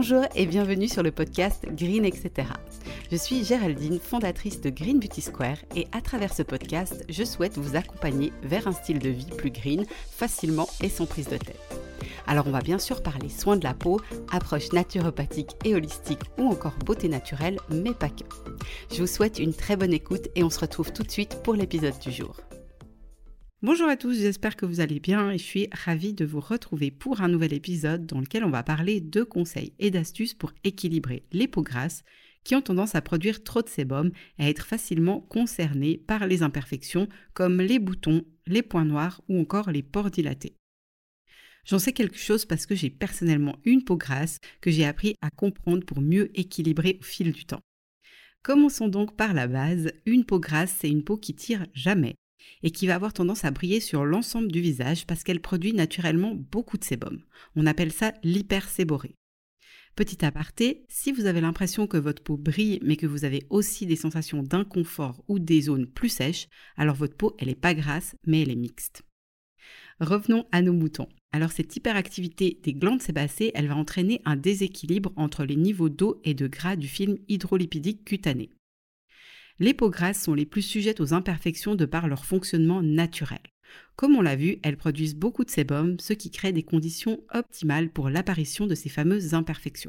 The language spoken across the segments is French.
Bonjour et bienvenue sur le podcast Green etc. Je suis Géraldine, fondatrice de Green Beauty Square et à travers ce podcast, je souhaite vous accompagner vers un style de vie plus green, facilement et sans prise de tête. Alors on va bien sûr parler soins de la peau, approche naturopathique et holistique ou encore beauté naturelle, mais pas que. Je vous souhaite une très bonne écoute et on se retrouve tout de suite pour l'épisode du jour. Bonjour à tous, j'espère que vous allez bien et je suis ravie de vous retrouver pour un nouvel épisode dans lequel on va parler de conseils et d'astuces pour équilibrer les peaux grasses qui ont tendance à produire trop de sébum et à être facilement concernées par les imperfections comme les boutons, les points noirs ou encore les pores dilatés. J'en sais quelque chose parce que j'ai personnellement une peau grasse que j'ai appris à comprendre pour mieux équilibrer au fil du temps. Commençons donc par la base. Une peau grasse, c'est une peau qui tire jamais et qui va avoir tendance à briller sur l'ensemble du visage parce qu'elle produit naturellement beaucoup de sébum. On appelle ça l'hyperséborrhée. Petit aparté, si vous avez l'impression que votre peau brille mais que vous avez aussi des sensations d'inconfort ou des zones plus sèches, alors votre peau, elle n'est pas grasse mais elle est mixte. Revenons à nos moutons. Alors cette hyperactivité des glandes sébacées, elle va entraîner un déséquilibre entre les niveaux d'eau et de gras du film hydrolipidique cutané. Les peaux grasses sont les plus sujettes aux imperfections de par leur fonctionnement naturel. Comme on l'a vu, elles produisent beaucoup de sébum, ce qui crée des conditions optimales pour l'apparition de ces fameuses imperfections.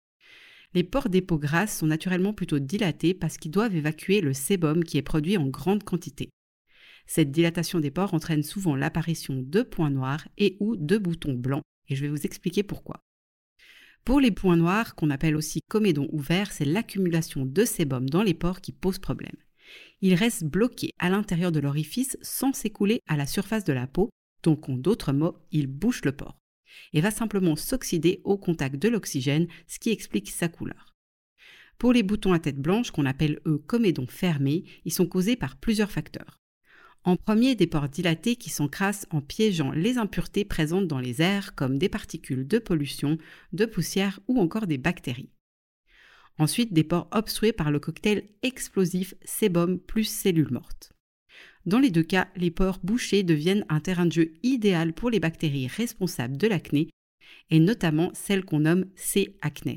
Les pores des peaux grasses sont naturellement plutôt dilatés parce qu'ils doivent évacuer le sébum qui est produit en grande quantité. Cette dilatation des pores entraîne souvent l'apparition de points noirs et ou de boutons blancs, et je vais vous expliquer pourquoi. Pour les points noirs, qu'on appelle aussi comédons ouverts, c'est l'accumulation de sébum dans les pores qui pose problème. Ils restent bloqués à l'intérieur de l'orifice sans s'écouler à la surface de la peau, donc en d'autres mots, ils bouchent le pore, et va simplement s'oxyder au contact de l'oxygène, ce qui explique sa couleur. Pour les boutons à tête blanche, qu'on appelle eux comédons fermés, ils sont causés par plusieurs facteurs. En premier, des pores dilatés qui s'encrassent en piégeant les impuretés présentes dans les airs comme des particules de pollution, de poussière ou encore des bactéries. Ensuite, des pores obstrués par le cocktail explosif sébum plus cellules mortes. Dans les deux cas, les pores bouchés deviennent un terrain de jeu idéal pour les bactéries responsables de l'acné et notamment celles qu'on nomme C. acnes.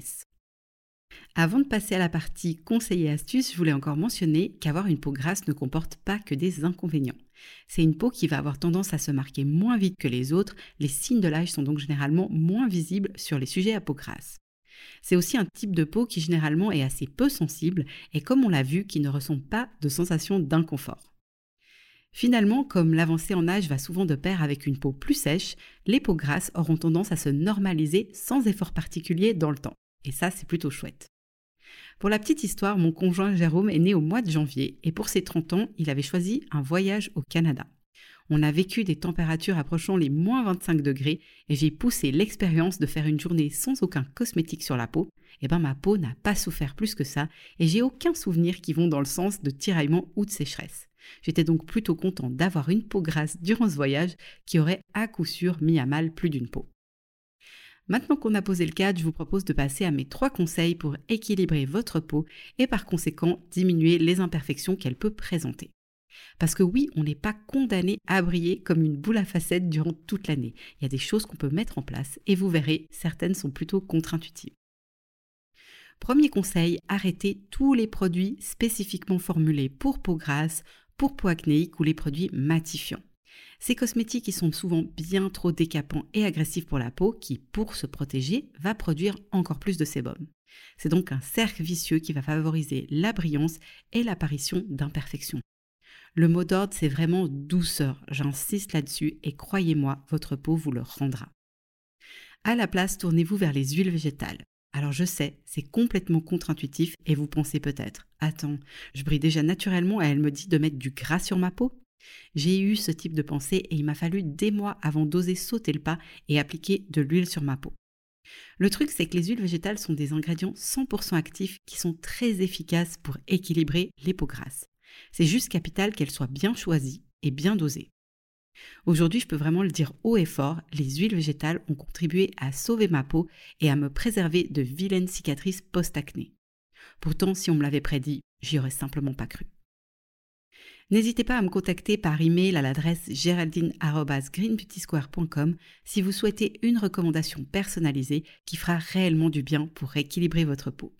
Avant de passer à la partie conseils et astuces, je voulais encore mentionner qu'avoir une peau grasse ne comporte pas que des inconvénients. C'est une peau qui va avoir tendance à se marquer moins vite que les autres, les signes de l'âge sont donc généralement moins visibles sur les sujets à peau grasse. C'est aussi un type de peau qui généralement est assez peu sensible et comme on l'a vu, qui ne ressent pas de sensation d'inconfort. Finalement, comme l'avancée en âge va souvent de pair avec une peau plus sèche, les peaux grasses auront tendance à se normaliser sans effort particulier dans le temps. Et ça, c'est plutôt chouette. Pour la petite histoire, mon conjoint Jérôme est né au mois de janvier et pour ses 30 ans, il avait choisi un voyage au Canada. On a vécu des températures approchant les moins 25 degrés et j'ai poussé l'expérience de faire une journée sans aucun cosmétique sur la peau. Et ma peau n'a pas souffert plus que ça et j'ai aucun souvenir qui vont dans le sens de tiraillement ou de sécheresse. J'étais donc plutôt content d'avoir une peau grasse durant ce voyage qui aurait à coup sûr mis à mal plus d'une peau. Maintenant qu'on a posé le cadre, je vous propose de passer à mes 3 conseils pour équilibrer votre peau et par conséquent diminuer les imperfections qu'elle peut présenter. Parce que oui, on n'est pas condamné à briller comme une boule à facettes durant toute l'année. Il y a des choses qu'on peut mettre en place et vous verrez, certaines sont plutôt contre-intuitives. Premier conseil, arrêtez tous les produits spécifiquement formulés pour peau grasse, pour peau acnéique ou les produits matifiants. Ces cosmétiques, ils sont souvent bien trop décapants et agressifs pour la peau qui, pour se protéger, va produire encore plus de sébum. C'est donc un cercle vicieux qui va favoriser la brillance et l'apparition d'imperfections. Le mot d'ordre, c'est vraiment douceur. J'insiste là-dessus et croyez-moi, votre peau vous le rendra. À la place, tournez-vous vers les huiles végétales. Alors je sais, c'est complètement contre-intuitif et vous pensez peut-être « Attends, je brille déjà naturellement et elle me dit de mettre du gras sur ma peau ?» J'ai eu ce type de pensée et il m'a fallu des mois avant d'oser sauter le pas et appliquer de l'huile sur ma peau. Le truc, c'est que les huiles végétales sont des ingrédients 100% actifs qui sont très efficaces pour équilibrer les peaux grasses. C'est juste capital qu'elles soient bien choisies et bien dosées. Aujourd'hui, je peux vraiment le dire haut et fort, les huiles végétales ont contribué à sauver ma peau et à me préserver de vilaines cicatrices post-acné. Pourtant, si on me l'avait prédit, j'y aurais simplement pas cru. N'hésitez pas à me contacter par email à l'adresse geraldine@greenbeautysquare.com si vous souhaitez une recommandation personnalisée qui fera réellement du bien pour rééquilibrer votre peau.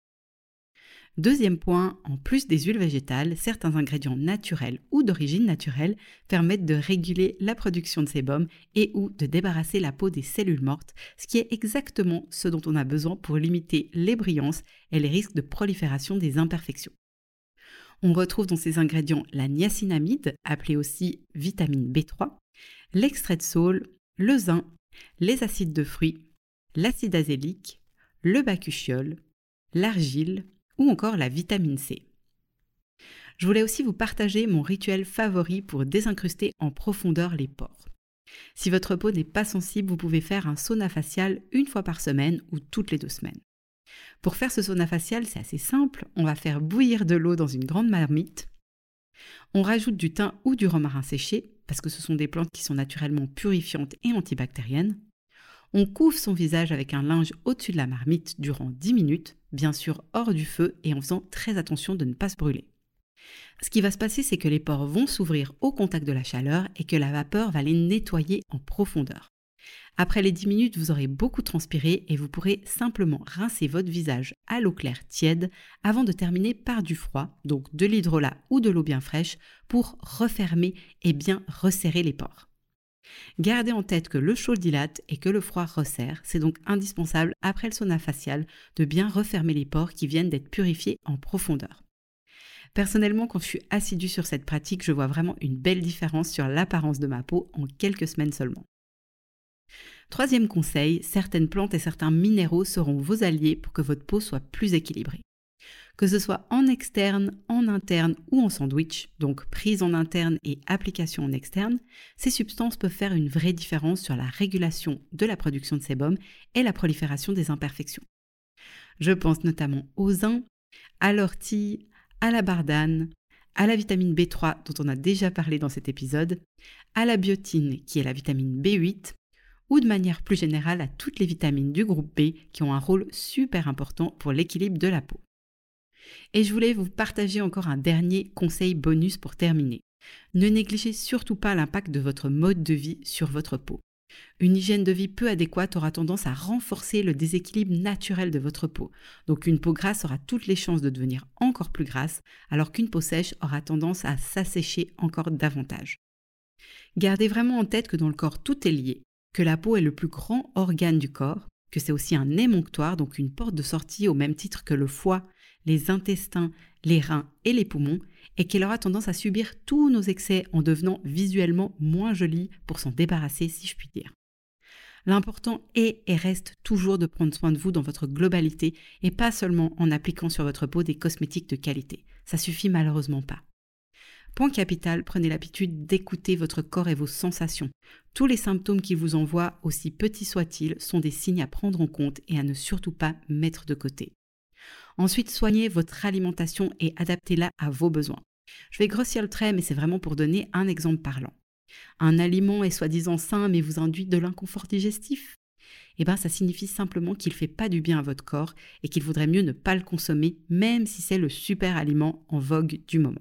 Deuxième point, en plus des huiles végétales, certains ingrédients naturels ou d'origine naturelle permettent de réguler la production de sébum et ou de débarrasser la peau des cellules mortes, ce qui est exactement ce dont on a besoin pour limiter les brillances et les risques de prolifération des imperfections. On retrouve dans ces ingrédients la niacinamide, appelée aussi vitamine B3, l'extrait de saule, le zinc, les acides de fruits, l'acide azélique, le bakuchiol, l'argile, ou encore la vitamine C. Je voulais aussi vous partager mon rituel favori pour désincruster en profondeur les pores. Si votre peau n'est pas sensible, vous pouvez faire un sauna facial une fois par semaine ou toutes les 2 semaines. Pour faire ce sauna facial, c'est assez simple. On va faire bouillir de l'eau dans une grande marmite. On rajoute du thym ou du romarin séché, parce que ce sont des plantes qui sont naturellement purifiantes et antibactériennes. On couvre son visage avec un linge au-dessus de la marmite durant 10 minutes, bien sûr hors du feu et en faisant très attention de ne pas se brûler. Ce qui va se passer, c'est que les pores vont s'ouvrir au contact de la chaleur et que la vapeur va les nettoyer en profondeur. Après les 10 minutes, vous aurez beaucoup transpiré et vous pourrez simplement rincer votre visage à l'eau claire tiède avant de terminer par du froid, donc de l'hydrolat ou de l'eau bien fraîche, pour refermer et bien resserrer les pores. Gardez en tête que le chaud dilate et que le froid resserre, c'est donc indispensable après le sauna facial de bien refermer les pores qui viennent d'être purifiés en profondeur. Personnellement, quand je suis assidue sur cette pratique, je vois vraiment une belle différence sur l'apparence de ma peau en quelques semaines seulement. Troisième conseil, certaines plantes et certains minéraux seront vos alliés pour que votre peau soit plus équilibrée. Que ce soit en externe, en interne ou en sandwich, donc prise en interne et application en externe, ces substances peuvent faire une vraie différence sur la régulation de la production de sébum et la prolifération des imperfections. Je pense notamment au zinc, à l'ortie, à la bardane, à la vitamine B3 dont on a déjà parlé dans cet épisode, à la biotine qui est la vitamine B8, ou de manière plus générale à toutes les vitamines du groupe B qui ont un rôle super important pour l'équilibre de la peau. Et je voulais vous partager encore un dernier conseil bonus pour terminer. Ne négligez surtout pas l'impact de votre mode de vie sur votre peau. Une hygiène de vie peu adéquate aura tendance à renforcer le déséquilibre naturel de votre peau. Donc une peau grasse aura toutes les chances de devenir encore plus grasse, alors qu'une peau sèche aura tendance à s'assécher encore davantage. Gardez vraiment en tête que dans le corps tout est lié, que la peau est le plus grand organe du corps, que c'est aussi un émonctoire, donc une porte de sortie au même titre que le foie, les intestins, les reins et les poumons, et qu'elle aura tendance à subir tous nos excès en devenant visuellement moins jolie pour s'en débarrasser, si je puis dire. L'important est et reste toujours de prendre soin de vous dans votre globalité et pas seulement en appliquant sur votre peau des cosmétiques de qualité. Ça suffit malheureusement pas. Point capital, prenez l'habitude d'écouter votre corps et vos sensations. Tous les symptômes qu'il vous envoie, aussi petits soient-ils, sont des signes à prendre en compte et à ne surtout pas mettre de côté. Ensuite, soignez votre alimentation et adaptez-la à vos besoins. Je vais grossir le trait, mais c'est vraiment pour donner un exemple parlant. Un aliment est soi-disant sain, mais vous induit de l'inconfort digestif. Ça signifie simplement qu'il ne fait pas du bien à votre corps et qu'il vaudrait mieux ne pas le consommer, même si c'est le super aliment en vogue du moment.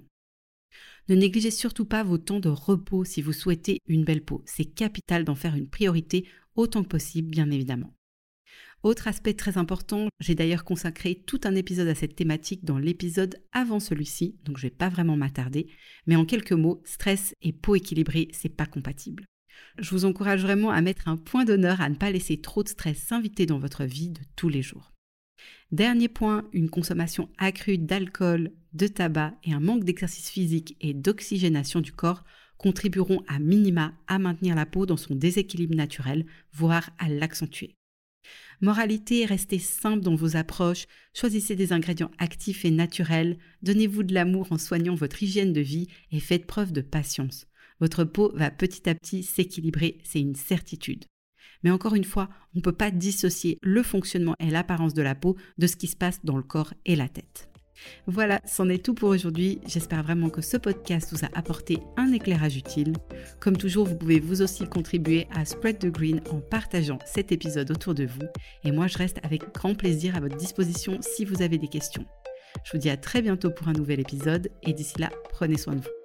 Ne négligez surtout pas vos temps de repos si vous souhaitez une belle peau. C'est capital d'en faire une priorité autant que possible, bien évidemment. Autre aspect très important, j'ai d'ailleurs consacré tout un épisode à cette thématique dans l'épisode avant celui-ci, donc je ne vais pas vraiment m'attarder, mais en quelques mots, stress et peau équilibrée, c'est pas compatible. Je vous encourage vraiment à mettre un point d'honneur à ne pas laisser trop de stress s'inviter dans votre vie de tous les jours. Dernier point, une consommation accrue d'alcool, de tabac et un manque d'exercice physique et d'oxygénation du corps contribueront à minima à maintenir la peau dans son déséquilibre naturel, voire à l'accentuer. Moralité, restez simple dans vos approches, choisissez des ingrédients actifs et naturels, donnez-vous de l'amour en soignant votre hygiène de vie et faites preuve de patience. Votre peau va petit à petit s'équilibrer, c'est une certitude. Mais encore une fois, on ne peut pas dissocier le fonctionnement et l'apparence de la peau de ce qui se passe dans le corps et la tête. Voilà, c'en est tout pour aujourd'hui. J'espère vraiment que ce podcast vous a apporté un éclairage utile. Comme toujours, vous pouvez vous aussi contribuer à Spread the Green en partageant cet épisode autour de vous. Et moi, je reste avec grand plaisir à votre disposition si vous avez des questions. Je vous dis à très bientôt pour un nouvel épisode et d'ici là, prenez soin de vous.